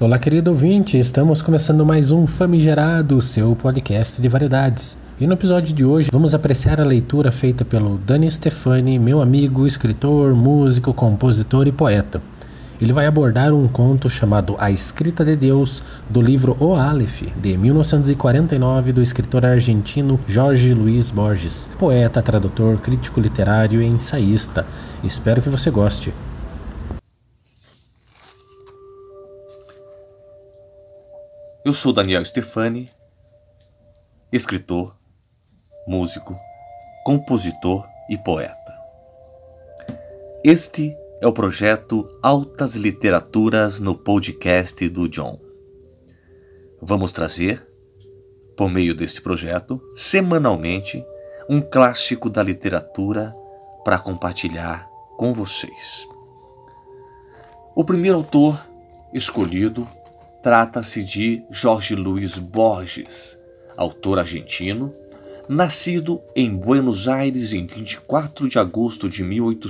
Olá, querido ouvinte, estamos começando mais um Famigerado, seu podcast de variedades. E no episódio de hoje vamos apreciar a leitura feita pelo Dani Stefani, meu amigo, escritor, músico, compositor e poeta. Ele vai abordar um conto chamado A Escrita de Deus, do livro O Aleph, de 1949, do escritor argentino Jorge Luis Borges, poeta, tradutor, crítico literário e ensaísta. Espero que você goste. Eu sou Daniel Stefani, escritor, músico, compositor e poeta. Este é o projeto Altas Literaturas no podcast do John. Vamos trazer, por meio deste projeto, semanalmente, um clássico da literatura para compartilhar com vocês. O primeiro autor escolhido trata-se de Jorge Luis Borges, autor argentino, nascido em Buenos Aires em 24 de agosto de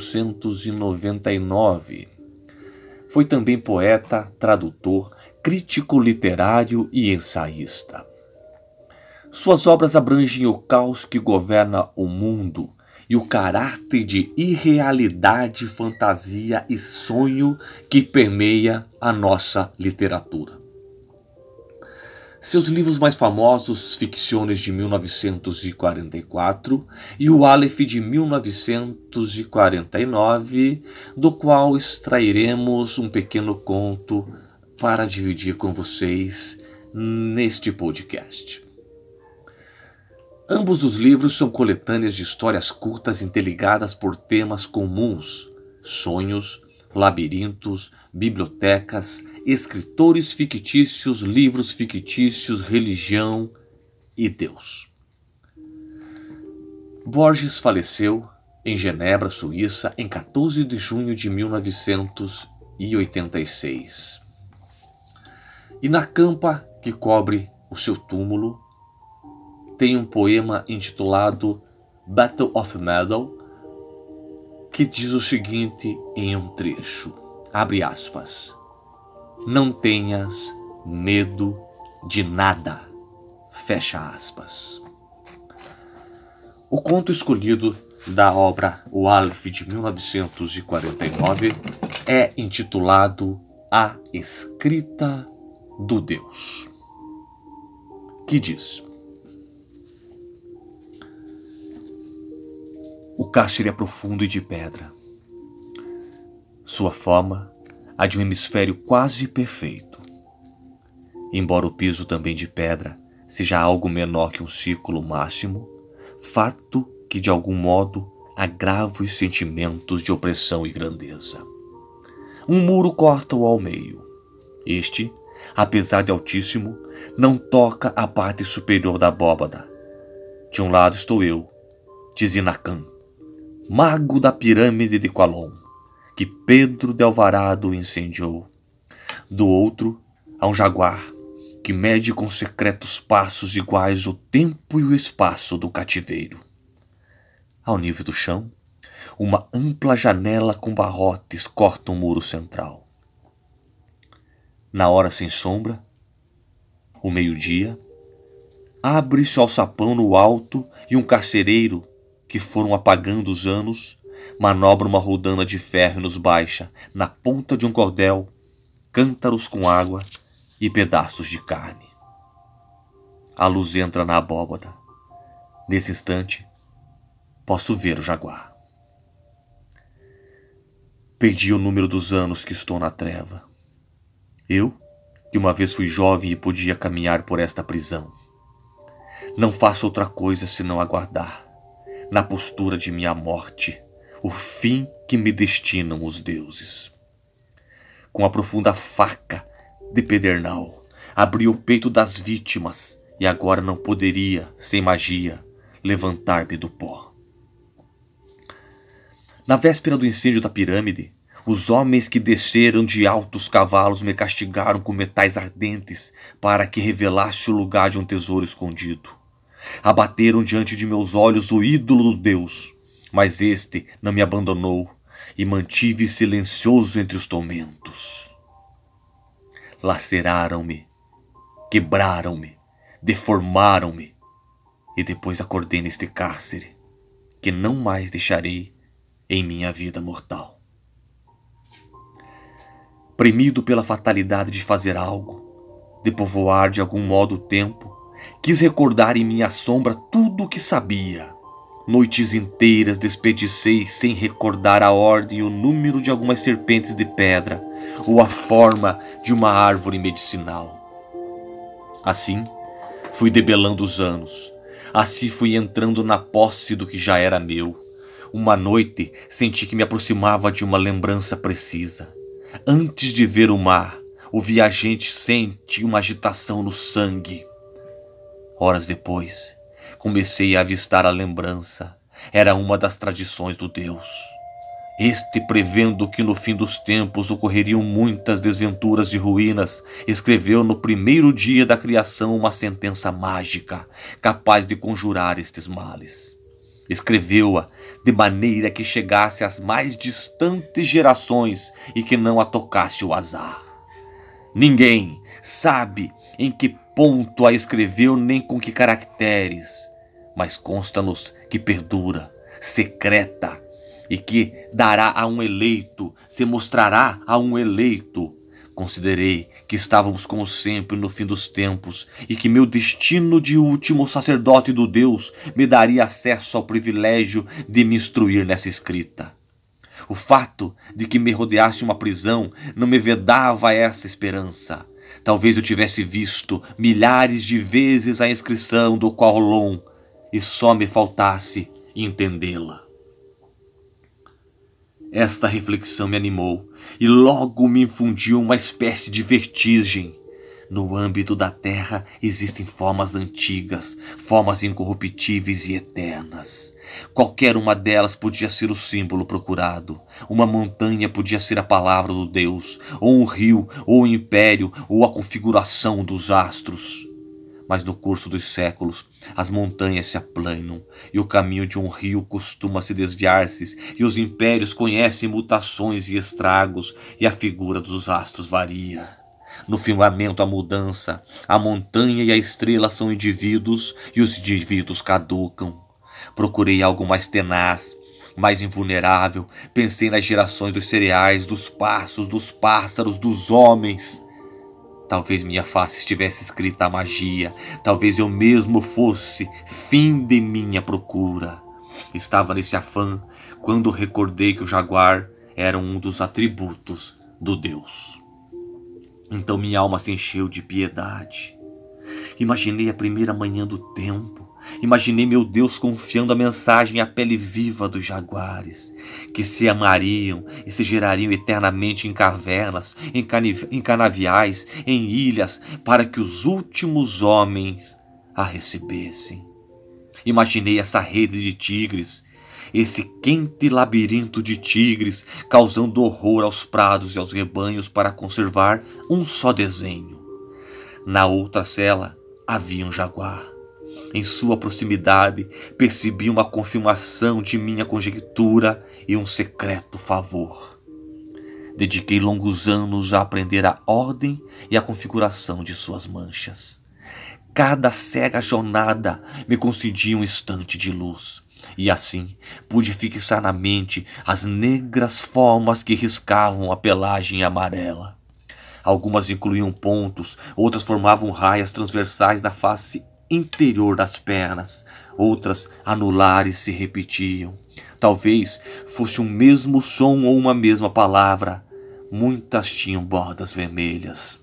1899. Foi também poeta, tradutor, crítico literário e ensaísta. Suas obras abrangem o caos que governa o mundo e o caráter de irrealidade, fantasia e sonho que permeia a nossa literatura. Seus livros mais famosos, Ficções de 1944 e O Aleph de 1949, do qual extrairemos um pequeno conto para dividir com vocês neste podcast. Ambos os livros são coletâneas de histórias curtas interligadas por temas comuns: sonhos, labirintos, bibliotecas, escritores fictícios, livros fictícios, religião e Deus. Borges faleceu em Genebra, Suíça, em 14 de junho de 1986. E na campa que cobre o seu túmulo tem um poema intitulado Battle of Meadow, que diz o seguinte em um trecho, abre aspas: "Não tenhas medo de nada", fecha aspas. O conto escolhido da obra O Aleph de 1949 é intitulado A Escrita do Deus, que diz: O cárcere é profundo e de pedra. Sua forma, a de um hemisfério quase perfeito. Embora o piso também de pedra seja algo menor que um círculo máximo, fato que de algum modo agrava os sentimentos de opressão e grandeza. Um muro corta-o ao meio. Este, apesar de altíssimo, não toca a parte superior da abóbada. De um lado estou eu, Tizinacan, mago da pirâmide de Qualon, que Pedro de Alvarado incendiou. Do outro, há um jaguar, que mede com secretos passos iguais o tempo e o espaço do cativeiro. Ao nível do chão, uma ampla janela com barrotes corta o muro central. Na hora sem sombra, o meio-dia, abre-se o alçapão no alto e um carcereiro, que foram apagando os anos, manobra uma roldana de ferro e nos baixa, na ponta de um cordel, cântaros com água e pedaços de carne. A luz entra na abóbada. Nesse instante, posso ver o jaguar. Perdi o número dos anos que estou na treva. Eu, que uma vez fui jovem e podia caminhar por esta prisão. Não faço outra coisa senão aguardar, na postura de minha morte, o fim que me destinam os deuses. Com a profunda faca de pedernal, abri o peito das vítimas e agora não poderia, sem magia, levantar-me do pó. Na véspera do incêndio da pirâmide, os homens que desceram de altos cavalos me castigaram com metais ardentes para que revelasse o lugar de um tesouro escondido. Abateram diante de meus olhos o ídolo do Deus, mas este não me abandonou e mantive silencioso entre os tormentos. laceraram-me, quebraram-me, deformaram-me, e depois acordei neste cárcere, que não mais deixarei em minha vida mortal. Premido pela fatalidade de fazer algo, de povoar de algum modo o tempo, quis recordar em minha sombra tudo o que sabia. Noites inteiras desperdicei sem recordar a ordem e o número de algumas serpentes de pedra ou a forma de uma árvore medicinal. Assim, fui debelando os anos. Assim fui entrando na posse do que já era meu. Uma noite senti que me aproximava de uma lembrança precisa. Antes de ver o mar, o viajante sente uma agitação no sangue. Horas depois, comecei a avistar a lembrança. Era uma das tradições do Deus. Este, prevendo que no fim dos tempos ocorreriam muitas desventuras e ruínas, escreveu no primeiro dia da criação uma sentença mágica, capaz de conjurar estes males. Escreveu-a de maneira que chegasse às mais distantes gerações e que não a tocasse o azar. Ninguém sabe em que ponto a escreveu nem com que caracteres, mas consta-nos que perdura, secreta, e que dará a um eleito, se mostrará a um eleito. Considerei que estávamos como sempre no fim dos tempos e que meu destino de último sacerdote do Deus me daria acesso ao privilégio de me instruir nessa escrita. O fato de que me rodeasse uma prisão não me vedava essa esperança. Talvez eu tivesse visto milhares de vezes a inscrição do Quaolon e só me faltasse entendê-la. Esta reflexão me animou e logo me infundiu uma espécie de vertigem. No âmbito da terra existem formas antigas, formas incorruptíveis e eternas. Qualquer uma delas podia ser o símbolo procurado. Uma montanha podia ser a palavra do Deus, ou um rio, ou um império, ou a configuração dos astros. Mas no curso dos séculos, as montanhas se aplanam, e o caminho de um rio costuma se desviar-se, e os impérios conhecem mutações e estragos, e a figura dos astros varia. No firmamento a mudança, a montanha e a estrela são indivíduos, e os indivíduos caducam. Procurei algo mais tenaz, mais invulnerável, pensei nas gerações dos cereais, dos passos, dos pássaros, dos homens. Talvez minha face estivesse escrita a magia, talvez eu mesmo fosse fim de minha procura. Estava nesse afã quando recordei que o jaguar era um dos atributos do Deus. Então minha alma se encheu de piedade. Imaginei a primeira manhã do tempo. Imaginei meu Deus confiando a mensagem à pele viva dos jaguares, que se amariam e se gerariam eternamente em cavernas, em canaviais, em ilhas, para que os últimos homens a recebessem. Imaginei essa rede de tigres, esse quente labirinto de tigres, causando horror aos prados e aos rebanhos para conservar um só desenho. Na outra cela havia um jaguar. Em sua proximidade, percebi uma confirmação de minha conjectura e um secreto favor. Dediquei longos anos a aprender a ordem e a configuração de suas manchas. Cada cega jornada me concedia um instante de luz, e assim pude fixar na mente as negras formas que riscavam a pelagem amarela. Algumas incluíam pontos, outras formavam raias transversais na face interior das pernas, outras anulares se repetiam. Talvez fosse um mesmo som ou uma mesma palavra. Muitas tinham bordas vermelhas.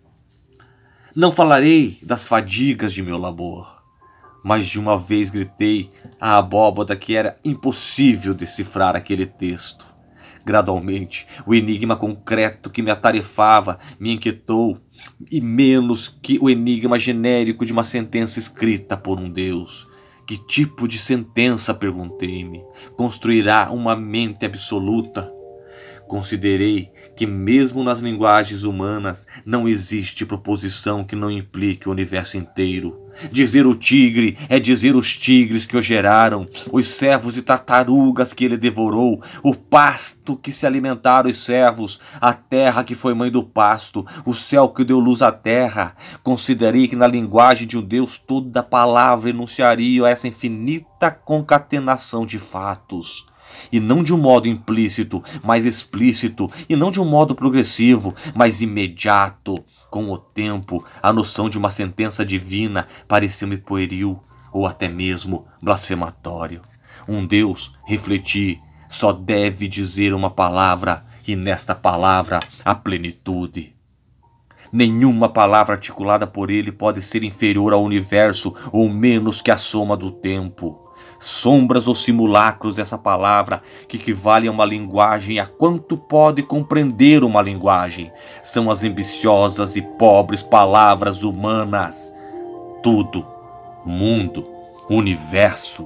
Não falarei das fadigas de meu labor, mas de uma vez gritei à abóbada que era impossível decifrar aquele texto. Gradualmente, o enigma concreto que me atarefava me inquietou, e menos que o enigma genérico de uma sentença escrita por um Deus. Que tipo de sentença, perguntei-me, construirá uma mente absoluta? Considerei que mesmo nas linguagens humanas não existe proposição que não implique o universo inteiro. Dizer o tigre é dizer os tigres que o geraram, os servos e tartarugas que ele devorou, o pasto que se alimentaram os servos, a terra que foi mãe do pasto, o céu que deu luz à terra. Considerei que na linguagem de um Deus toda palavra enunciaria essa infinita concatenação de fatos. E não de um modo implícito, mas explícito, e não de um modo progressivo, mas imediato. Com o tempo, a noção de uma sentença divina pareceu-me pueril, ou até mesmo blasfematório. Um Deus, refleti, só deve dizer uma palavra, e nesta palavra a plenitude. Nenhuma palavra articulada por ele pode ser inferior ao universo ou menos que a soma do tempo. Sombras ou simulacros dessa palavra, que equivalem a uma linguagem, a quanto pode compreender uma linguagem, são as ambiciosas e pobres palavras humanas. Tudo, mundo, universo.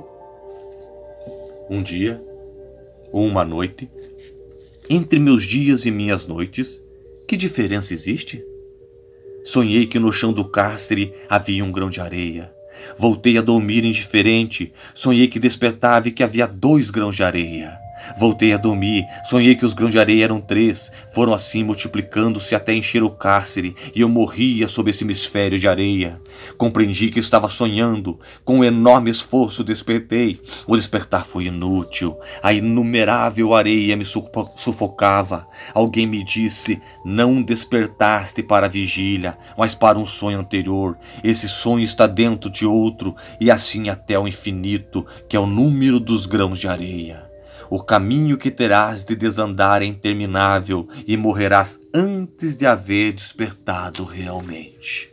Um dia, ou uma noite, entre meus dias e minhas noites, que diferença existe? Sonhei que no chão do cárcere havia um grão de areia. Voltei a dormir indiferente. Sonhei que despertava e que havia 2 grãos de areia. Voltei a dormir, sonhei que os grãos de areia eram 3, foram assim multiplicando-se até encher o cárcere, e eu morria sob esse hemisfério de areia. Compreendi que estava sonhando, com um enorme esforço despertei. O despertar foi inútil, a inumerável areia me sufocava. Alguém me disse: não despertaste para a vigília, mas para um sonho anterior. Esse sonho está dentro de outro, e assim até o infinito, que é o número dos grãos de areia. O caminho que terás de desandar é interminável e morrerás antes de haver despertado realmente.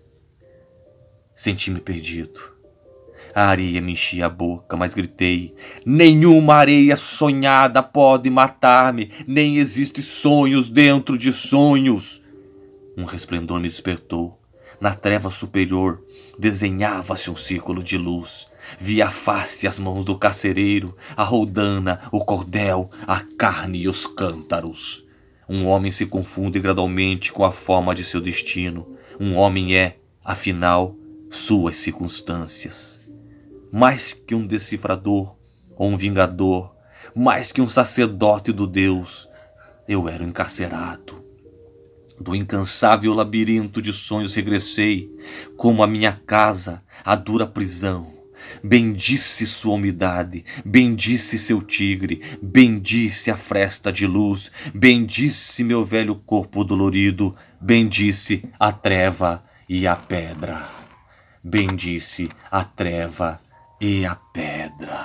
Senti-me perdido. A areia me enchia a boca, mas gritei: nenhuma areia sonhada pode matar-me, nem existem sonhos dentro de sonhos. Um resplendor me despertou. Na treva superior desenhava-se um círculo de luz. Vi a face e as mãos do carcereiro, a roldana, o cordel, a carne e os cântaros. Um homem se confunde gradualmente com a forma de seu destino. Um homem é, afinal, suas circunstâncias. Mais que um decifrador ou um vingador, mais que um sacerdote do Deus, eu era um encarcerado. Do incansável labirinto de sonhos regressei, como a minha casa, a dura prisão. Bendisse sua umidade, bendisse seu tigre, bendisse a fresta de luz, bendisse meu velho corpo dolorido, bendisse a treva e a pedra. Bendisse a treva e a pedra.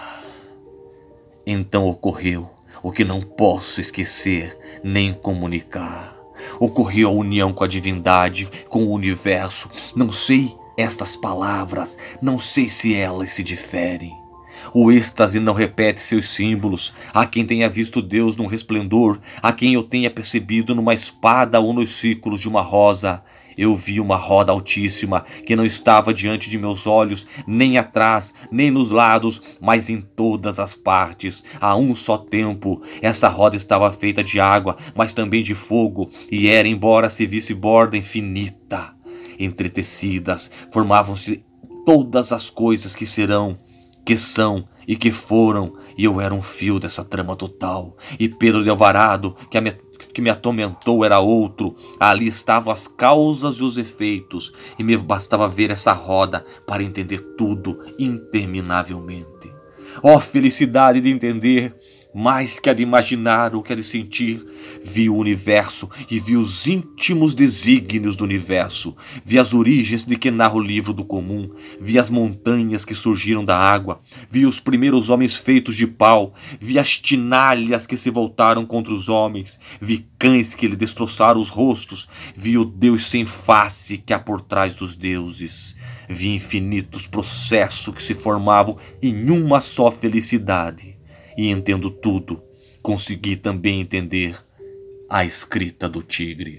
Então ocorreu o que não posso esquecer nem comunicar. Ocorreu a união com a divindade, com o universo. Não sei estas palavras, não sei se elas se diferem. O êxtase não repete seus símbolos. Há quem tenha visto Deus num resplendor, há quem eu tenha percebido numa espada ou nos círculos de uma rosa. Eu vi uma roda altíssima que não estava diante de meus olhos, nem atrás, nem nos lados, mas em todas as partes, a um só tempo. Essa roda estava feita de água, mas também de fogo, e era, embora se visse borda infinita. Entretecidas, formavam-se todas as coisas que serão, que são e que foram, e eu era um fio dessa trama total. E Pedro de Alvarado, que me atormentou, era outro. Ali estavam as causas e os efeitos, e me bastava ver essa roda para entender tudo interminavelmente. Ó felicidade de entender! Mais que a de imaginar ou que a de sentir, vi o universo e vi os íntimos desígnios do universo, vi as origens de que narra o livro do comum, vi as montanhas que surgiram da água, vi os primeiros homens feitos de pau, vi as tinalhas que se voltaram contra os homens, vi cães que lhe destroçaram os rostos, vi o Deus sem face que há por trás dos deuses, vi infinitos processos que se formavam em uma só felicidade. E entendo tudo, consegui também entender a escrita do tigre.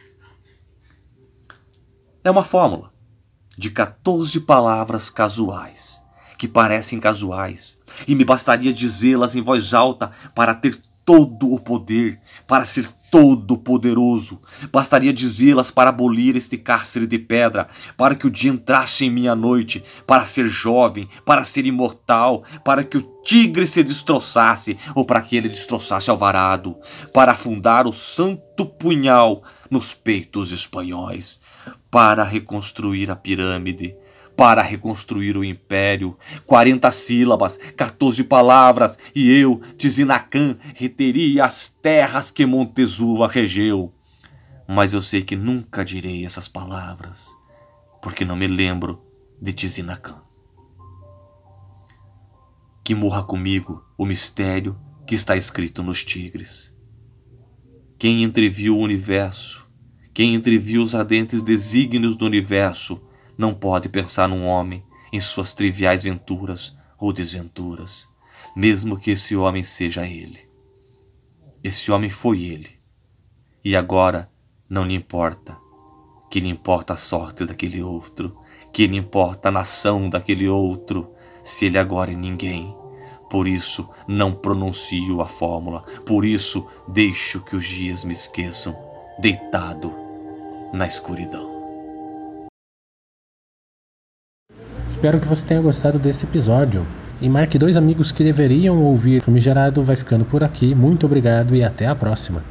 É uma fórmula de 14 palavras casuais, que parecem casuais, e me bastaria dizê-las em voz alta para ter todo o poder, para ser todo poderoso. Bastaria dizê-las para abolir este cárcere de pedra, para que o dia entrasse em minha noite, para ser jovem, para ser imortal, para que o tigre se destroçasse, ou para que ele destroçasse Alvarado, para afundar o santo punhal nos peitos espanhóis, para reconstruir a pirâmide, para reconstruir o império. 40 sílabas, 14 palavras, e eu, Tizinacan, reteria as terras que Montezuma regeu. Mas eu sei que nunca direi essas palavras, porque não me lembro de Tizinacan. Que morra comigo o mistério que está escrito nos tigres. Quem entreviu o universo, quem entreviu os ardentes desígnios do universo, não pode pensar num homem em suas triviais venturas ou desventuras, mesmo que esse homem seja ele. Esse homem foi ele, e agora não lhe importa, que lhe importa a sorte daquele outro, que lhe importa a nação daquele outro, se ele agora é ninguém. Por isso não pronuncio a fórmula, por isso deixo que os dias me esqueçam, deitado na escuridão. Espero que você tenha gostado desse episódio. E marque 2 amigos que deveriam ouvir. Famigerado vai ficando por aqui. Muito obrigado e até a próxima.